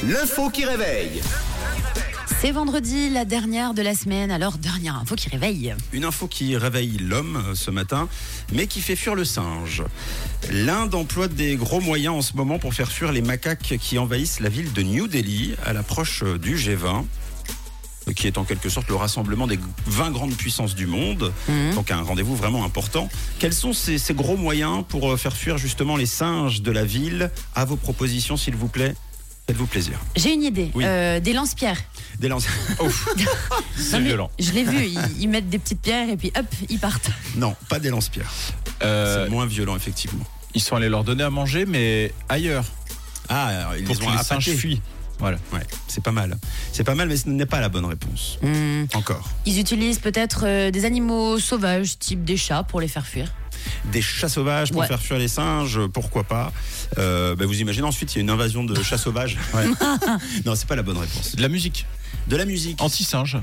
L'info qui réveille. C'est vendredi, la dernière de la semaine, alors dernière info qui réveille. Une info qui réveille l'homme ce matin, mais qui fait fuir le singe. L'Inde emploie des gros moyens en ce moment pour faire fuir les macaques qui envahissent la ville de New Delhi à l'approche du G20. Qui est en quelque sorte le rassemblement des 20 grandes puissances du monde, donc un rendez-vous vraiment important. Quels sont ces gros moyens pour faire fuir justement les singes de la ville? À vos propositions, s'il vous plaît. Faites-vous plaisir. J'ai une idée, Oui. des lance-pierres. Des lances. Ouf. C'est violent. Je l'ai vu, ils mettent des petites pierres et puis hop, ils partent. Non, pas des lance-pierres. C'est moins violent, effectivement. Ils sont allés leur donner à manger, mais ailleurs. Ah, alors, ils Pour les que ont les singes appâtés. fuient. Voilà. Ouais, c'est pas mal. C'est pas mal, mais ce n'est pas la bonne réponse. Encore. Ils utilisent peut-être des animaux sauvages, type des chats, pour les faire fuir. Des chats sauvages pour Ouais. faire fuir les singes, pourquoi pas. Vous imaginez ensuite, il y a une invasion de chats sauvages. Ouais. Non, c'est pas la bonne réponse. De la musique. De la musique. Anti-singe.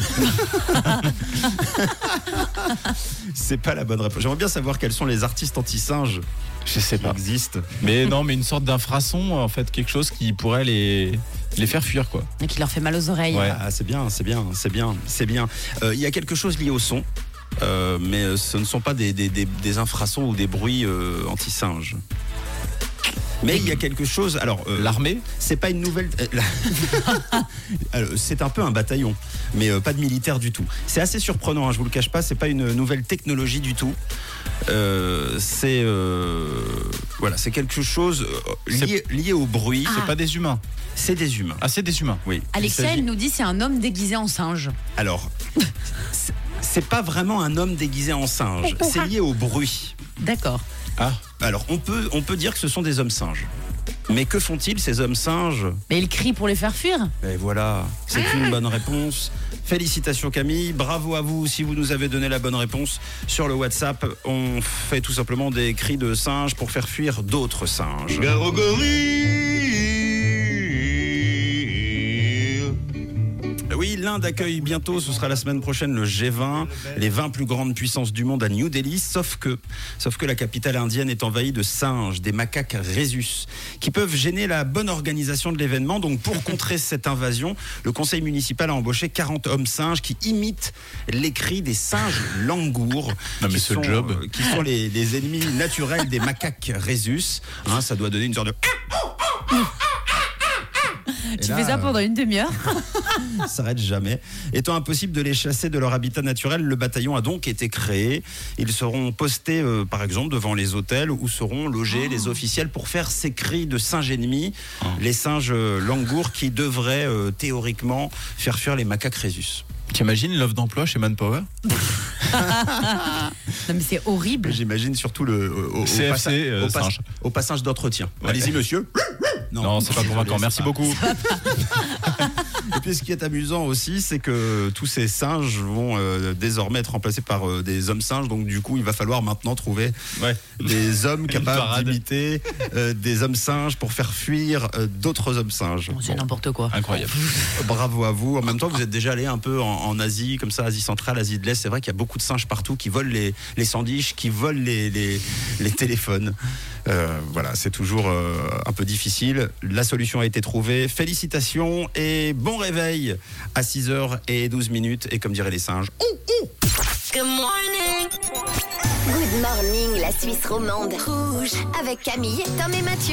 C'est pas la bonne réponse. J'aimerais bien savoir quels sont les artistes anti-singes Je sais qui pas. existent. Mais non, mais une sorte d'infrason, en fait, quelque chose qui pourrait les faire fuir, quoi. Et qui leur fait mal aux oreilles. Ouais. Ah, c'est bien. Il y a quelque chose lié au son, mais ce ne sont pas des infrasons ou des bruits anti-singes. Mais il y a quelque chose. Alors, L'armée. c'est pas une nouvelle. Alors, c'est un peu un bataillon, mais pas de militaire du tout. C'est assez surprenant, hein, je vous le cache pas. C'est pas une nouvelle technologie du tout. C'est quelque chose lié au bruit. C'est pas des humains. C'est des humains. Ah, c'est des humains. Oui. Alexia, Il s'agit- elle nous dit c'est un homme déguisé en singe. Alors, c'est pas vraiment un homme déguisé en singe. C'est lié au bruit. D'accord. Ah, Alors, on peut dire que ce sont des hommes singes. Mais que font-ils, ces hommes singes? Mais ils crient pour les faire fuir. Et voilà, c'est une bonne réponse. Félicitations Camille, bravo à vous si vous nous avez donné la bonne réponse. Sur le WhatsApp, on fait tout simplement des cris de singes pour faire fuir d'autres singes. Oui, l'Inde accueille bientôt, ce sera la semaine prochaine, le G20, les 20 plus grandes puissances du monde à New Delhi, sauf que la capitale indienne est envahie de singes, des macaques rhésus, qui peuvent gêner la bonne organisation de l'événement. Donc pour contrer cette invasion, le conseil municipal a embauché 40 hommes singes qui imitent les cris des singes langours, Non, mais qui ce sont, job. qui sont les ennemis naturels des macaques rhésus. Hein, ça doit donner une sorte de... Tu là, fais ça pendant une demi-heure. Ça s'arrête jamais. Étant impossible de les chasser de leur habitat naturel, le bataillon a donc été créé. Ils seront postés, par exemple, devant les hôtels où seront logés les officiels pour faire ces cris de singes ennemis, les singes langours qui devraient théoriquement faire fuir les macaques rhésus. t'imagines l'offre d'emploi chez Manpower? Non mais c'est horrible. J'imagine surtout au CFC, singe. au passage d'entretien. Ouais. Allez-y, monsieur. Non, c'est pas convaincant. désolé, Merci c'est pas- beaucoup. Et puis ce qui est amusant aussi, c'est que tous ces singes vont désormais être remplacés par des hommes singes. Donc du coup, il va falloir maintenant trouver Ouais. des hommes capables parade. d'imiter des hommes singes pour faire fuir d'autres hommes singes. C'est Bon, n'importe quoi. Incroyable. bravo à vous. En même temps, vous êtes déjà allé un peu en Asie, comme ça, Asie centrale, Asie de l'Est. C'est vrai qu'il y a beaucoup de singes partout qui volent les sandwichs, qui volent les téléphones. Voilà, c'est toujours un peu difficile. La solution a été trouvée. Félicitations et bon réveil à 6h12. Et comme diraient les singes, Good morning. Good morning, la Suisse romande. Rouge. Avec Camille, Tom et Mathieu.